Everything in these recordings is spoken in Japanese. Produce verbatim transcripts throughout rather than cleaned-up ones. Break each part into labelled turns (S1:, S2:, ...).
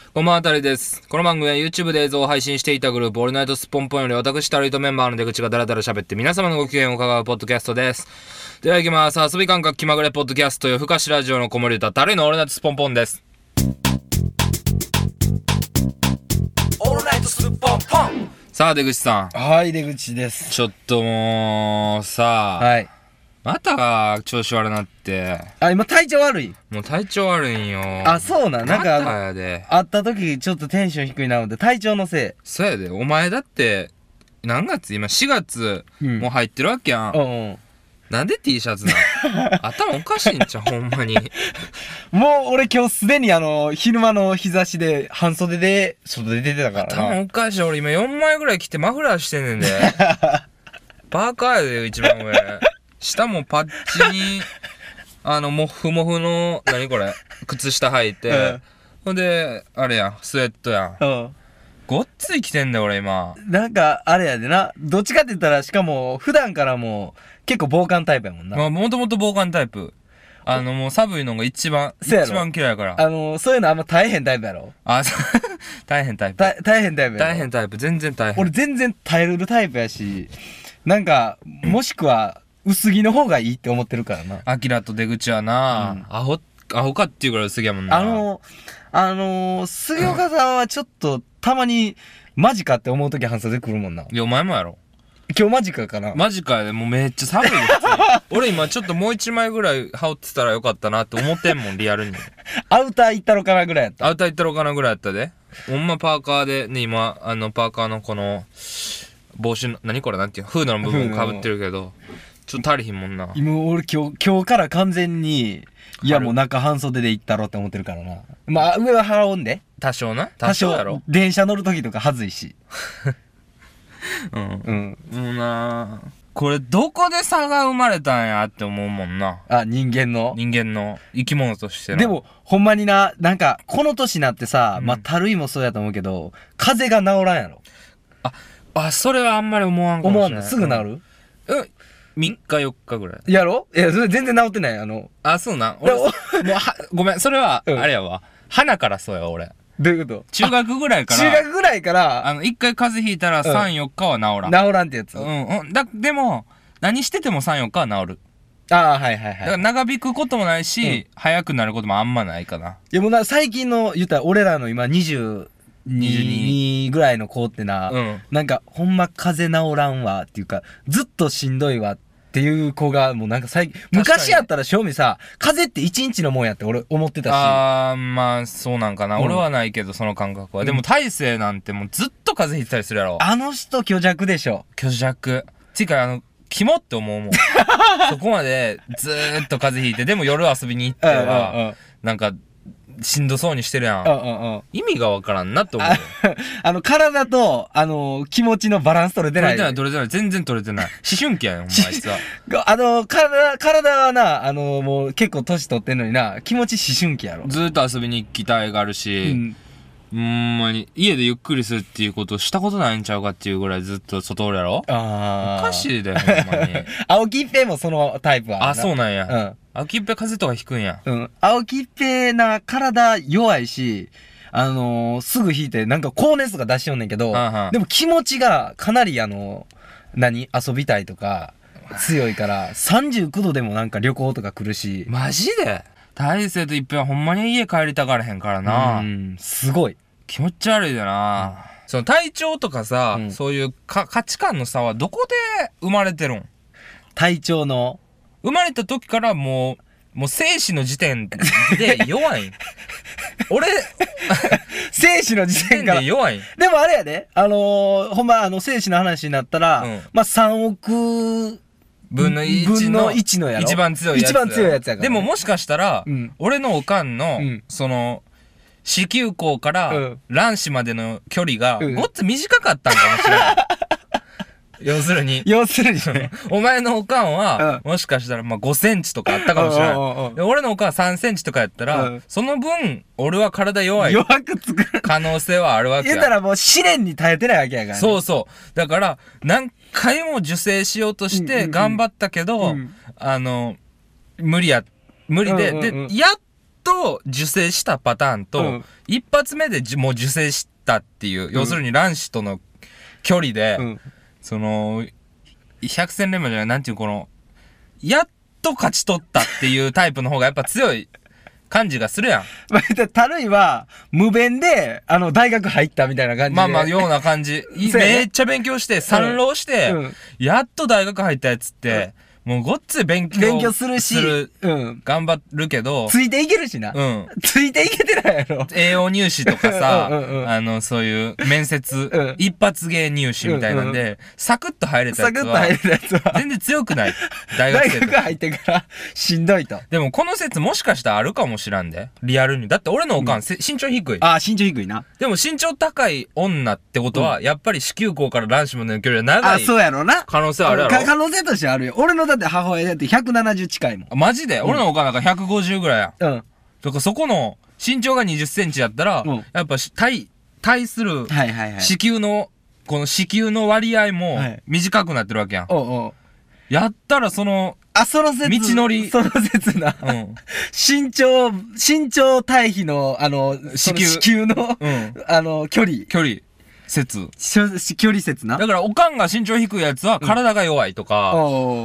S1: こんばんは、たるです。この番組は YouTube で映像を配信していたグループ、オールナイトスポンポンより私、たるとメンバーの出口がダラダラ喋って皆様のご機嫌を伺うポッドキャストです。では行きます。遊び感覚気まぐれポッドキャスト、夜更かしラジオの子守歌、たるのオールナイトスポンポンです。オールナイトスポンポン。さあ、出口さん。
S2: はい、出口です。
S1: ちょっともう、さあ。
S2: はい。
S1: また調子悪なって。
S2: あ、今体調悪い？
S1: もう体調悪いんよ。
S2: あ、そうなん。なんか、
S1: またやで。
S2: 会った時ちょっとテンション低いなので、体調のせい。
S1: そうやで。お前だって、何月今しがつ、うん、もう入ってるわけやん。
S2: うんうん。
S1: なんで T シャツなの頭おかしいんちゃうほんまに。
S2: もう俺今日すでにあの、昼間の日差しで半袖で外で出てたからな。
S1: 頭おかしい。俺今よんまいぐらい着てマフラーしてんねんで。パーカーやで一番上。下もパッチに、あの、もふもふの、何これ、靴下履いて、うん、ほんで、あれやん、スウェットやん。うん。ごっつい着てんだよ、俺今。
S2: なんか、あれやでな。どっちかって言ったら、しかも、普段からもう、結構防寒タイプやもんな。
S1: まあ、もともと防寒タイプ。あの、もう寒いのが一番、一番嫌いやから。
S2: あの、そういうのあんま大変タイプやろ。
S1: あ、大変タイプ。
S2: 大変タイプやろ。
S1: 大変タイプ、全然大変。
S2: 俺全然耐えるタイプやし、なんか、もしくは、薄着の方がいいって思ってるからな。
S1: アキラと出口はな、うん、アホ、アホかっていうぐらい薄着やもんな。
S2: あの、あのー、杉岡さんはちょっと、たまに、マジかって思うとき半袖来るもんな。
S1: いや、お前もやろ。
S2: 今日マジかかな。
S1: マジかでもうめっちゃ寒いです俺今ちょっともう一枚ぐらい羽織ってたらよかったなって思ってんもん、リアルに。
S2: アウター行ったろかなぐらいやった。
S1: アウター行ったろかなぐらいやったで。ほんまパーカーでね、今、あの、パーカーのこの、帽子の、何これなんていうのフードの部分被ってるけど、ちょっと足りひんもんな。
S2: 今俺今日、今日から完全に、いやもう中半袖で行ったろって思ってるからな。まあ上は羽織んで。
S1: 多少な多少やろ。
S2: 電車乗るときとかはずいし。
S1: うん。うん。もうなこれどこで差が生まれたんやって思うもんな。
S2: あ、人間の
S1: 人間の生き物としての。
S2: でも、ほんまにな、なんか、この年になってさ、うん、まあ、たるいもそうやと思うけど、風邪が治らんやろ。
S1: あ、あ、それはあんまり思わんかもしれない。
S2: 思わんのすぐ治る？
S1: うん。みっかよっかぐらい。
S2: やろ？いや、それ全然治ってない、あの。
S1: あ、そうな。俺、もうは、ごめん、それは、あれやわ。鼻からそうやわ、俺。
S2: どういうこと？
S1: 中学ぐらいから。
S2: 中学ぐらいから、
S1: あの、一回風邪ひいたらさん、よっかは治らん。
S2: 治らんってやつ。
S1: うん、うん。だ、でも、何しててもさん、よっかは治る。
S2: ああ、はいはいはい。
S1: だから長引くこともないし、早くなることもあんまないかな。
S2: いやもうな、最近の、言ったら俺らの今にじゅうにぐらいの子ってな、うん、なんか、ほんま風邪治らんわっていうか、ずっとしんどいわっていう子が、もうなんか最近、昔やったら正味さ、風邪って一日のもんやって俺思ってたし。
S1: あー、まあ、そうなんかな。うん、俺はないけど、その感覚は。うん、でも、大勢なんてもうずっと風邪ひいてたりするやろ。
S2: あの人虚弱でしょ。
S1: 虚弱。ていうか、あの、キモって思うもん。そこまでずーっと風邪ひいて、でも夜遊びに行っては、うんうんうん、なんか、しんどそうにしてるやん。うんうんうん、意味がわからんなって思う。
S2: あ, あの、体と、あの、気持ちのバランス取れてない。
S1: 取れてない、取れてない。全然取れてない。思春期やん、お前あいつは。
S2: あの、体、体はな、あの、もう結構年取ってんのにな、気持ち思春期やろ。
S1: ずーっと遊びに行きたいがあるし、うんほんまに、家でゆっくりするっていうことをしたことないんちゃうかっていうぐらいずっと外おるやろああ。おかしいで、ほんまに。
S2: 青木一平もそのタイプは
S1: あ、そうなんや。うん。青木一平風邪とかひくんや。
S2: うん。青木一平な、体弱いし、あのー、すぐ引いて、なんか高熱が出しよんねんけど、はんはんでも気持ちがかなりあのー、何遊びたいとか、強いから、さんじゅうきゅうどでもなんか旅行とか来るし。
S1: マジで大勢と一平はほんまに家帰りたがらへんからな。
S2: うん、すごい。
S1: 気持ち悪いだな、うん、その体調とかさ、うん、そういうか価値観の差はどこで生まれてるん？
S2: 体調の
S1: 生まれた時からもう、もう生死の時点で弱いん。俺、
S2: 生死の時点から。
S1: で弱いん。
S2: でもあれやで、あのー、ほんまあの生死の話になったら、うん、まあさんおく、
S1: 分のいちの、
S2: 分のいちのやろ
S1: 一番強いやつ。
S2: 一番強いやつやから、ね。
S1: でももしかしたら、うん、俺のおかんの、うん、その、子宮口から卵子までの距離がごっつ短かったんかもしれない。要するに。
S2: 要するにね。
S1: お前のおかんは、もしかしたらまあごセンチとかあったかもしれない。俺のおかんはさんセンチとかやったら、その分、俺は体弱い。
S2: 弱くつく。
S1: 可能性はあるわけや。
S2: 言ったらもう試練に耐えてないわけやからね。
S1: そうそう。だから、何回も受精しようとして頑張ったけど、あの、無理や、無理で、で、やっとと受精したパターンと、うん、一発目でもう受精したっていう、うん、要するに卵子との距離で、うん、その百戦錬磨じゃない、なんていうこのやっと勝ち取ったっていうタイプの方がやっぱ強い感じがするやん。
S2: たるいは無弁であの大学入ったみたいな感じで、
S1: まあまあような感じめっちゃ勉強して三浪して、うんうん、やっと大学入ったやつって、うん、もうごっつい勉強
S2: 勉強するし
S1: する、
S2: うん、
S1: 頑張るけど
S2: ついていけるしな、うん、ついていけてないやろ。
S1: 栄養入試とかさうんうん、うん、あのそういう面接、うん、一発芸入試みたいなんで、うんうん、サクッと入れたやつは
S2: サクッと入れたやつは
S1: 全然強くない大学生
S2: 大学入ってからしんどいと。
S1: でもこの説もしかしたらあるかもしらんで、リアルに。だって俺のおかん、うん、身長低い。
S2: ああ身長低いな。
S1: でも身長高い女ってことは、うん、やっぱり子宮口から卵子までの距離は長い。
S2: あそうやろな。
S1: 可能性あるやろ。
S2: 可能性としてあるよ。俺のだって母親だってひゃくななじゅう近いもん。
S1: マジで、うん、俺のおかんなんかひゃくごじゅうぐらいやん。うん。だからそこの身長がにじゅっセンチやったら、うん、やっぱ対、対する子宮の、この子宮の割合も短くなってるわけやん。はい、おうおうやったらその、
S2: あ、その説。
S1: 道のり。
S2: その説な。うん。身長、身長対比の、あの、子宮。子宮の、うん、あの、距離。
S1: 距離。説。
S2: 距離説な。
S1: だから、おかんが身長低いやつは体が弱いとか、うん、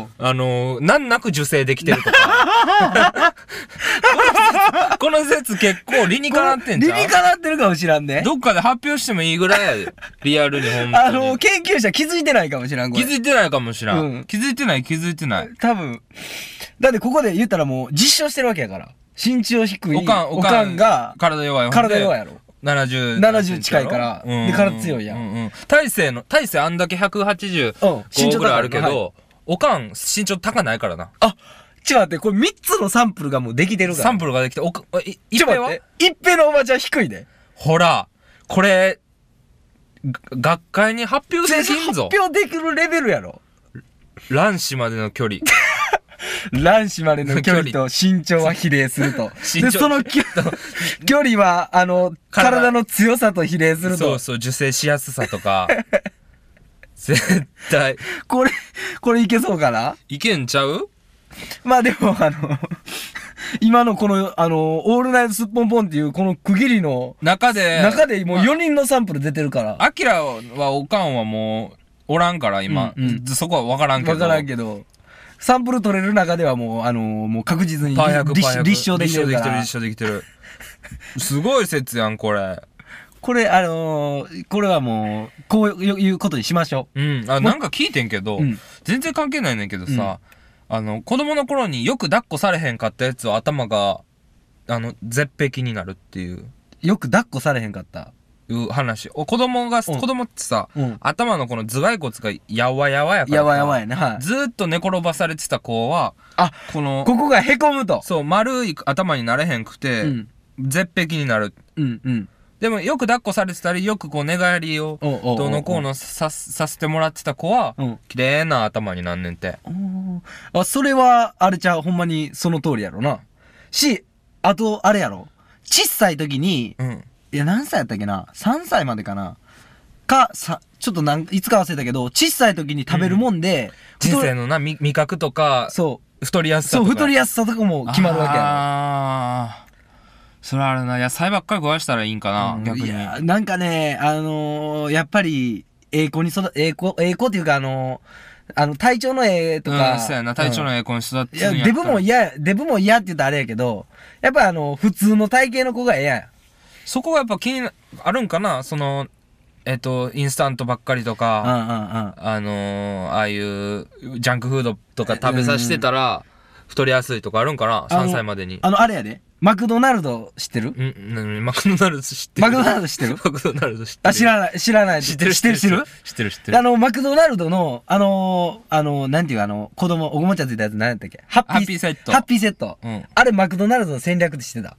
S1: あの、難なく受精できてるとか。この説結構理にかなってんじゃん。
S2: 理にかなってるかもしらんね。
S1: どっかで発表してもいいぐらいやで。リアルにほんまに。
S2: あの、研究者気づいてないかもしらん、
S1: これ。気づいてないかもしらん。うん、気づいてない、気づいてない。
S2: 多分。だってここで言ったらもう実証してるわけやから。身長低い。おかん、おかんが。
S1: 体弱い。
S2: 体弱いやろ。
S1: ななじゅう。
S2: ななじゅう近いから。で、体強いやん。うんうん。
S1: 大勢の、大勢あんだけひゃくはちじゅうごぐらいあるけど、おかん身長高ないからな。
S2: あちょっと待って、これみっつのサンプルがもうできてるから。
S1: サンプルができて、おか、い、
S2: 一平は一平のおばちゃん低いで。
S1: ほら、これ、学会に発表できんぞ。
S2: 発表できるレベルやろ。
S1: 卵子までの距離。
S2: 卵子までの距離と身長は比例すると。で、その距離は、あの、体の強さと比例すると。
S1: そうそう、受精しやすさとか。絶対。
S2: これ、これいけそうかな？
S1: いけんちゃう？
S2: まあでも、あの、今のこの、あの、オールナイトスッポンポンっていうこの区切りの
S1: 中で、
S2: 中でもうよにんのサンプル出てるから。
S1: アキラはおかんはもうおらんから今、うんうん、そこは分からんけど。
S2: 分からんけど。サンプル取れる中ではもう、あのー、もう確実に立証できてるから。
S1: 立証できてる、立証できてる。すごい説やん、これ。
S2: これ、あのー、これはもう、こういうことにしましょ
S1: う。うん。あ、なんか聞いてんけど、うん、全然関係ないねんけどさ、うん、あの、子供の頃によく抱っこされへんかったやつは頭が、あの、絶壁になるっていう。
S2: よく抱っこされへんかった
S1: いう話。お子供が、うん、子供ってさ、うん、頭のこの頭蓋骨がやわやわやから
S2: やわやわやね、はい、
S1: ずーっと寝転ばされてた子は、
S2: あ、この、ここがへこむと。
S1: そう、丸い頭になれへんくて、うん、絶壁になる。うんうん。でもよく抱っこされてたり、よくこう寝返りを、どうのこうのさ、させてもらってた子は、うん、綺麗な頭になんねんて。
S2: あ、それは、あれちゃう、ほんまにその通りやろな。し、あと、あれやろ。小さい時に、うん、いや、何歳やったっけな ?さん 歳までかなか、さ、ちょっとなん、いつか忘れたけど、小さい時に食べるもんで、
S1: うん、人生のな、味覚とか、
S2: そう。
S1: 太りやすさとか。
S2: そう、太りやすさとかも決まるわけやろ。
S1: ああ。それあれな、野菜ばっかり食わしたらいいんかな、うん、逆に。いや、
S2: なんかね、あのー、やっぱり、ええ子に育、ええ子、ええ子っていうか、あのー、あの、体調のええとか。
S1: うん、そうやな、体調のええ子に育って
S2: るんやったら、いや、デブも嫌や、デブも嫌って言ったらあれやけど、やっぱあの、普通の体型の子がええやん。
S1: そこがやっぱ気にな、あるんかなその、えっと、インスタントばっかりとか、うんうんうん、あのー、ああいうジャンクフードとか食べさせてたら、太りやすいとかあるんかな ?さん 歳までに。
S2: あの、あれやで。マクドナルド知ってる？
S1: ん、なにマクドナルド知ってる？
S2: マクドナルド知ってる？
S1: マクドナルド知ってる？
S2: あ、知らない、知らない。
S1: 知ってる、
S2: 知ってる、知ってる？
S1: 知ってる、知ってる。
S2: あの、マクドナルドの、あのー、あのー、なんていうあの、子供、おもちゃついたやつ何やったっけ？ハッピー、
S1: ハッピーセット。
S2: ハッピーセット。うん。あれマクドナルドの戦略で知ってた。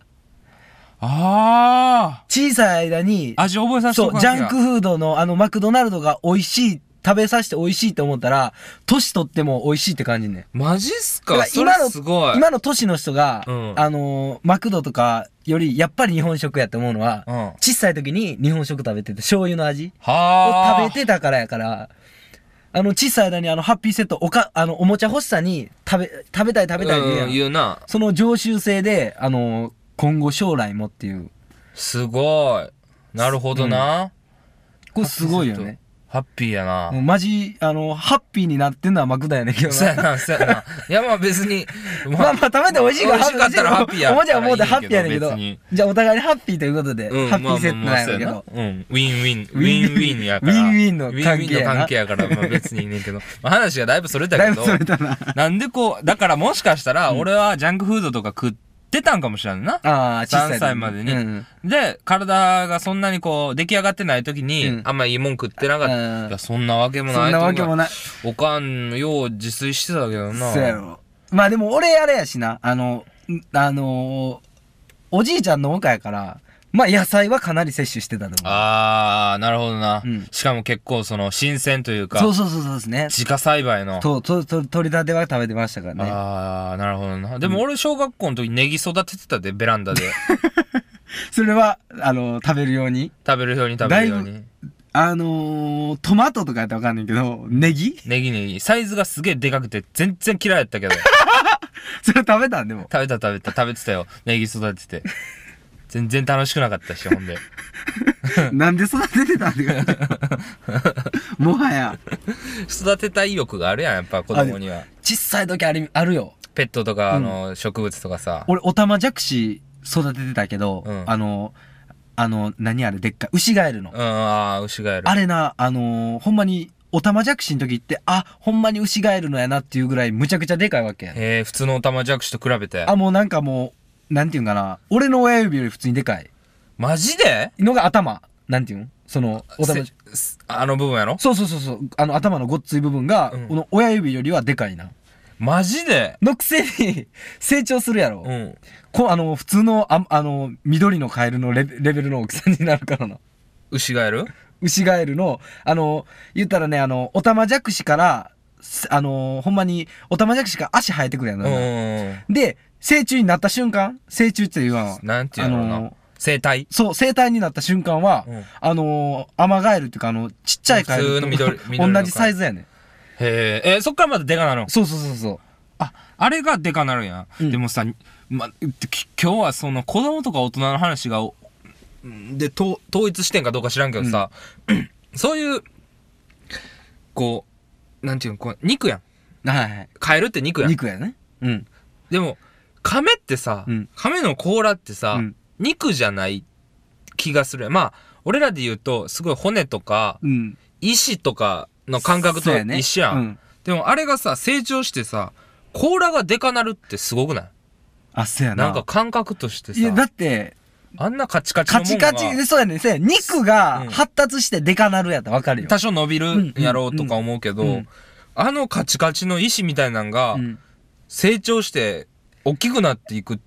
S1: ああ。
S2: 小さい間に、
S1: 味覚えさせてお
S2: そう、ジャンクフードのあのマクドナルドが美味しい、食べさせて美味しいって思ったら、年取っても美味しいって感じね。
S1: マジっすか？今の、すごい。
S2: 今の年の人が、うん、あのー、マクドとかより、やっぱり日本食やって思うのは、うん、小さい時に日本食食べてて、醤油の味を食べてたからやから、あの、小さい間にあの、ハッピーセット、おか、あの、おもちゃ欲しさに食べ、食べたい食べたいって言うやん。
S1: 言うな。
S2: その常習性で、あのー、 今後将来もっていう。
S1: すごい。なるほどな。うん、
S2: これすごいよね。
S1: ハッピーやな。
S2: マジ、あの、ハッピーになってんのはマクダやねんけどな。
S1: そうやな、そうやな。いや、まあ別に。
S2: まあ、まあまあ食べて美味しいから、
S1: 美味しかったらハッピーや。
S2: おもちゃはもうでハッピーやねんけど。じゃあお互いにハッピーということで、
S1: うん、
S2: ハッピーセットなんやけど。
S1: うん。ウィンウィン。ウィンウィンやから。
S2: ウィンウィンの関係やな。
S1: ウィンウィンの関係やから、まあ別にいいねんけど。まあ話がだいぶそれたけど。
S2: だいぶそれたな。
S1: なんでこう、だからもしかしたら、俺はジャンクフードとか食って、出たんかもしれんな。
S2: ああ、
S1: さんさいまでに、うん。で、体がそんなにこう、出来上がってない時に、うん、あんまいいもん食ってなかった。うん、いや、そんなわけもない。
S2: そんなわけもない。
S1: おかん、よう自炊してたけどな。
S2: そうやろ。まあでも俺あれやしな、あの、あのー、おじいちゃん農家やから、まあ野菜はかなり摂取してたと思う。
S1: ああ、なるほどな、
S2: うん。
S1: しかも結構その新鮮というか。
S2: そうそうそうそうですね。
S1: 自家栽培の。
S2: と、と、と、取り立ては食べてましたからね。
S1: ああ、なるほどな。でも俺小学校の時ネギ育ててたで、ベランダで。
S2: それは、あの、食べるように
S1: 食べるように食べるように。
S2: あのー、トマトとかやったらわかんないけど、ネギ
S1: ネギネギ。サイズがすげえでかくて全然嫌いやったけど。
S2: それ食べたんでも。
S1: 食べた食べた食べてたよ。ネギ育てて。全然楽しくなかったし、ほんで。
S2: なんで育ててたんだかもはや。
S1: 育てたい欲があるやん、やっぱ子供には。
S2: 小さい時ある、あるよ。
S1: ペットとか、あの、うん、植物とかさ。
S2: 俺、オタマジャクシ育ててたけど、うん、あの、あの、何あれ、でっかい、ウシガエルの。
S1: うん、ああ、ウシガエル。
S2: あれな、あのー、ほんまに、オタマジャクシの時って、あ、ほんまにウシガエルのやなっていうぐらい、むちゃくちゃでかいわけや。
S1: へえ、普通のオタマジャクシと比べて。
S2: あ、もうなんかもう、なんていうんかな、俺の親指より普通にでかい。
S1: マジで
S2: のが頭。なんていうんその、
S1: オタマジャクシ。あの部分やろ
S2: そうそうそうそう。あの頭のごっつい部分が、うん、この親指よりはでかいな。
S1: マジで
S2: のくせに成長するやろ。
S1: うん。
S2: こあの、普通の、あ、あの、緑のカエルのレベレベルの大きさになるからな。
S1: ウシガエル
S2: ウシガエルの、あの、言ったらね、あの、オタマジャクシから、あの、ほんまに、オタマジャクシから足生えてくるやんな。で、成虫になった瞬間、成虫って言わんわ。
S1: なんていうのかな。生体
S2: そう、生体になった瞬間は、うん、あのー、アマガエルっていうか、あの、ちっちゃいカエルと同じサイズやねん。
S1: へえ、えー、そっからまだデカなの？
S2: そうそうそうそう。
S1: あ、あれがデカなるんや。うん、でもさ、ま、今日はその子供とか大人の話が、で、統一してんかどうか知らんけどさ、うん、そういう、こう、なんていうの、こう肉やん。
S2: はいはい。
S1: カエルって肉やん。
S2: 肉やね。うん。
S1: でも、亀ってさ、うん、亀の甲羅ってさ、うん、肉じゃない気がするやん。まあ、俺らで言うと、すごい骨とか、うん、石とかの感覚と一緒やん。うん、でもあれがさ、成長してさ、甲羅がでかなるってすごくない？
S2: あ、そうやな。
S1: なんか感覚としてさ。
S2: いや、だって、
S1: あんなカチカチのもんが
S2: カチカチで、そうやねん。そうや肉が発達してでかなるやったらわかるよ。
S1: 多少伸びるやろうとか思うけど、うんうんうん、あのカチカチの石みたいなんが、うん、成長して大きくなっていくって、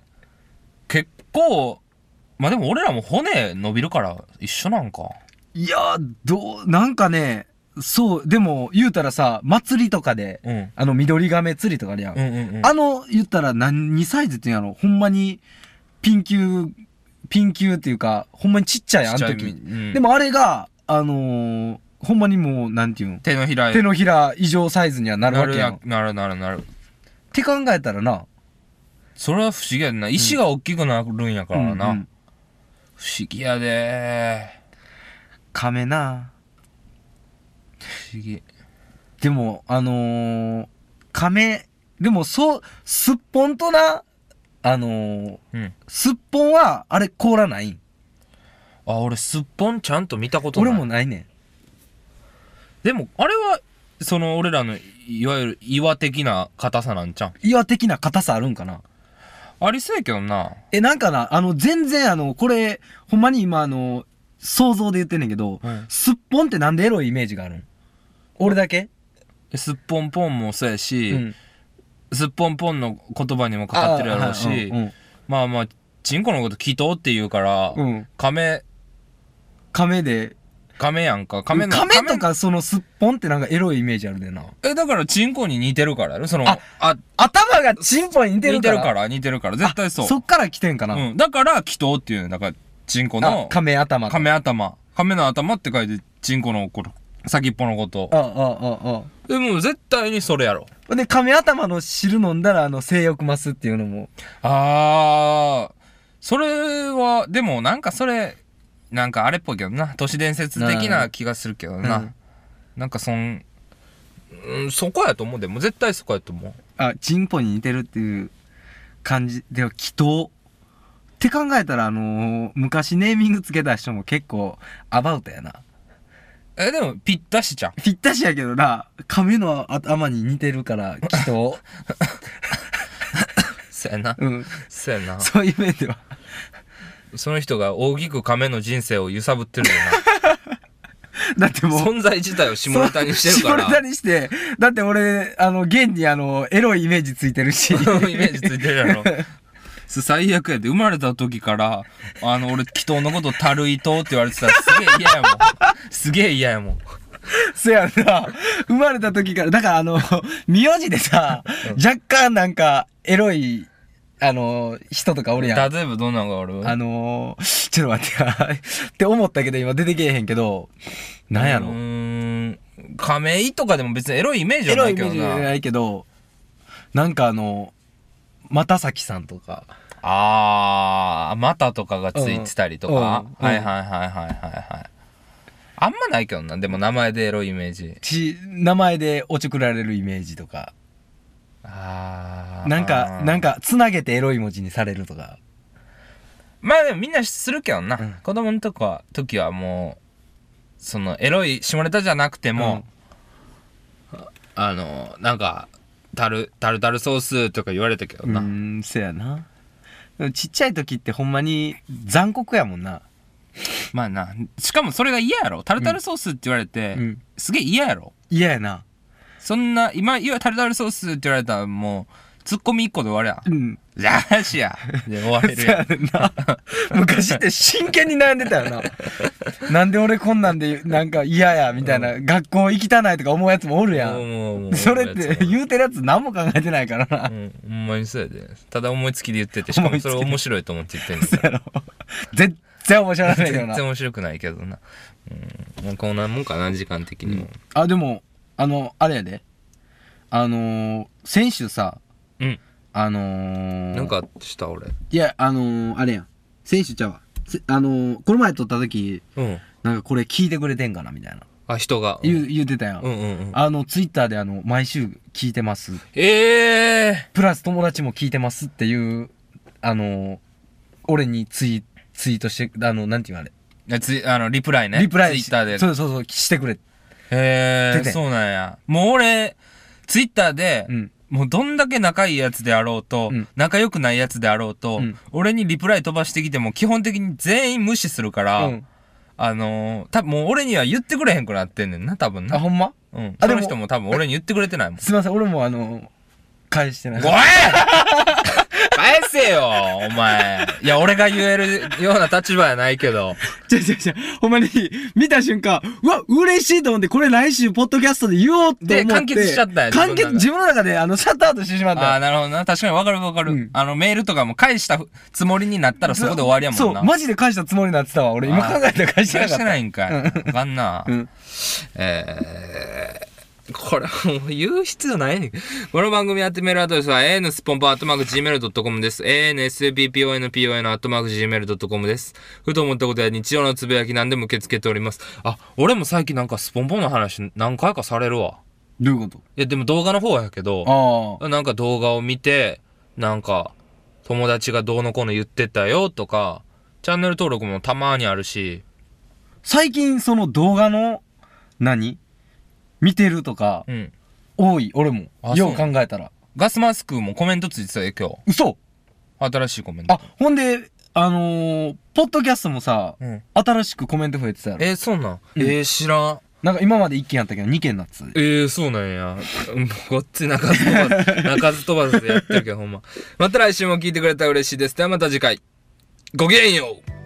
S1: 結構、まあでも俺らも骨伸びるから一緒なんか。
S2: いやー、どう、なんかね、そう、でも言うたらさ、祭りとかで、うん、あの緑亀釣りとかあるやん。うんうんうん、あの、言ったら何サイズって言うんやろ、ほんまにピン級、ピン級っていうか、ほんまにちっちゃい、あの時。うん、でもあれが、あのー、ほんまにもう、なんていうん
S1: 手のひら。
S2: 手のひら以上サイズにはなるわけやん。
S1: なるなるなるなる。
S2: って考えたらな。
S1: それは不思議やな。石が大きくなるんやからな。うんうん、不思議やでー。
S2: 亀な。
S1: 不思議。
S2: でも、あのー、亀、でもそう、すっぽんとな、あのー、うん、すっぽんは、あれ凍らないん？
S1: あ、俺すっぽんちゃんと見たことない。
S2: 俺もないねん。
S1: でも、あれは、その俺らの、いわゆる岩的な硬さなんちゃん？
S2: 岩的な硬さあるんかな？
S1: ありそうやけどな。
S2: え、なんかな、あの、全然あの、これ、ほんまに今あの、想像で言ってんねんけど、うん、すっぽんってなんでエロいイメージがあるん？俺だけ？
S1: すっぽんぽんもそうやし、うん、すっぽんぽんの言葉にもかかってるやろうし、うんうん、まあまあ、チンコのこと祈祷って言うから、うん、亀、
S2: 亀で、
S1: 亀やんか。亀の。
S2: 亀とかそのすっぽんってなんかエロいイメージあるでな。
S1: え、だからチンコに似てるからやろその、
S2: あ、あ、頭がチンポに似てるから。
S1: 似てるから、似てるから。絶対そう。
S2: そっから来てんかな。
S1: うん。だから、祈祷っていう、だから、チンコの。
S2: 亀頭。
S1: 亀頭。亀の頭って書いて、チンコのこの、先っぽのこと。
S2: ああ、ああ、ああ。
S1: でも絶対にそれやろ。
S2: で、亀頭の汁飲んだら、あの、性欲増すっていうのも。
S1: あー。 それはでもなんかそれなんかあれっぽいけどな、都市伝説的な気がするけどな、うん、なんかそん、うん、そこやと思うでも絶対そこやと思う。
S2: あ、チンポに似てるっていう感じでは祈祷って考えたら、あのー、昔ネーミングつけた人も結構アバウトやな。
S1: え、でもぴったしじゃん。
S2: ぴったしやけどな、亀の頭に似てるから祈祷
S1: そうやな、
S2: うん、
S1: そうやな、
S2: そういう面では
S1: その人が大きく亀の人生を揺さぶってるよ
S2: なだってもう
S1: 存在自体を下ネタにしてるから。
S2: 下ネタにして、だって俺あの現にあのエロいイメージついてるしイメ
S1: ージついてるやろ最悪やで、生まれた時からあの俺祈祷のことたるいとって言われてたらすげえ嫌やもんすげえ嫌やもん
S2: そやな、生まれた時からだからあの名字でさ、うん、若干なんかエロいあのー、人とかおるやん。
S1: 例えばどんなのがおる？
S2: あのー、ちょっと待ってやって思ったけど今出てけえへんけど、なんやろ、う
S1: ーん、亀井とかでも別にエロいイメージはないけどな。エロいイメージは
S2: ないけど、なんかあの又崎さんとか、
S1: あー、又とかがついてたりとか、うんうん、はいはいはいはいはいはい。あんまないけどな、でも名前でエロいイメージ。
S2: ち名前でおちょくられるイメージとか。
S1: あ
S2: なんかなんかつなげてエロい文字にされるとか。
S1: まあでもみんなするけどな、うん、子供のとこは時はもうそのエロい下ネタじゃなくても、うん、あのなんかタルタルタルソースとか言われたけどな。
S2: うーん、そやな。ちっちゃい時ってほんまに残酷やもんな。
S1: まあな、しかもそれが嫌やろ、タルタルソースって言われて、うん、すげえ嫌やろ。
S2: 嫌やな。
S1: そんな今言わタルタルソースって言われたらもうツッコミ一個で終わりや。うん。じゃあしやで終われるやん
S2: な。昔って真剣に悩んでたよな。なんで俺こんなんでなんか嫌やみたいな、うん、学校行きたないとか思うやつもおるやん。それって言うてるやつ何も考えてないからな。
S1: うん、ほんまにそうやで。ただ思いつきで言ってて、しかもそれ面白いと思って言ってんねんから。
S2: 絶対面白くないけどな。
S1: 全然面白くないけどな。うん。もうこんなもんかな、時間的にも。うん、
S2: あ、でもあのあれやで。あのー、先週さ、
S1: うん。
S2: あのー、
S1: なんかした俺。
S2: いや、あのー、あれやん。先週ちゃうわ。あのー、この前撮った時、うん。なんかこれ聞いてくれてんかなみたいな。
S1: あ、人が。
S2: 言う、言うてたやん。
S1: うんうんうん。
S2: あの、ツイッターであの、毎週聞いてます。
S1: ええー。
S2: プラス友達も聞いてますっていう、あのー、俺にツイ、ツイートして、あの、なんていうあれ。
S1: つあの、リプライね。
S2: リプライ。
S1: ツイッターで。
S2: そうそうそう、してくれ。
S1: へえ、そうなんや。もう俺、ツイッターで、うん、もうどんだけ仲いいやつであろうと、うん、仲良くないやつであろうと、うん、俺にリプライ飛ばしてきても基本的に全員無視するから、うん、あのー、多分もう俺には言ってくれへんくなってんねんな、多分な。
S2: あ、ほんま？
S1: うん。その人も多分俺に言ってくれてないもん。
S2: すいません、俺もあのー、返してない。
S1: ごめん返せよお前。いや、俺が言えるような立場やないけど。
S2: ちゃちゃちゃ、ほんまに、見た瞬間、うわ、嬉しいと思って、これ来週、ポッドキャストで言おうって思って。で、
S1: 完結しちゃったよ。
S2: 完結、自分の中で、あの、シャットアウトしてしまった。
S1: ああ、なるほどな。確かにわかるわかる、うん。あの、メールとかも返したつもりになったらそこで終わりやもんな。
S2: そう、マジで返したつもりになってたわ。俺、今考えたら返してなかった。
S1: 返してないんかい。わかんな。うん、えー。これもう言う必要ないねん。この番組やってメールアドレスは エーエヌスポンポンアットマークジーメールドットコム です。エーエヌエスピーピーオーエヌピーオーエヌ アットマークジーメールドットコム です。ふと思ったことや日常のつぶやきなんでも受け付けております。あ、俺も最近なんかスポンポンの話何回かされるわ。
S2: どういうこと？い
S1: やでも動画の方やけど、あなんか動画を見て、なんか友達がどうのこうの言ってたよとか、チャンネル登録もたまにあるし。
S2: 最近その動画の何見てるとか、うん、多い。俺もよう考えたら
S1: ガスマスクもコメントついてたよ今日。
S2: 嘘。
S1: 新しいコメント。
S2: あ、ほんであのー、ポッドキャストもさ、うん、新しくコメント増えてたやろ。
S1: えー、そうなん、うん、えー、知らん。
S2: なんか今までいっけんやったけどにけんなっつ。
S1: えー、そうなんや。こっち鳴かず飛ばず鳴かず飛ばずでやってるけどほんま。また来週も聞いてくれたら嬉しいです。ではまた次回ごきげんよう。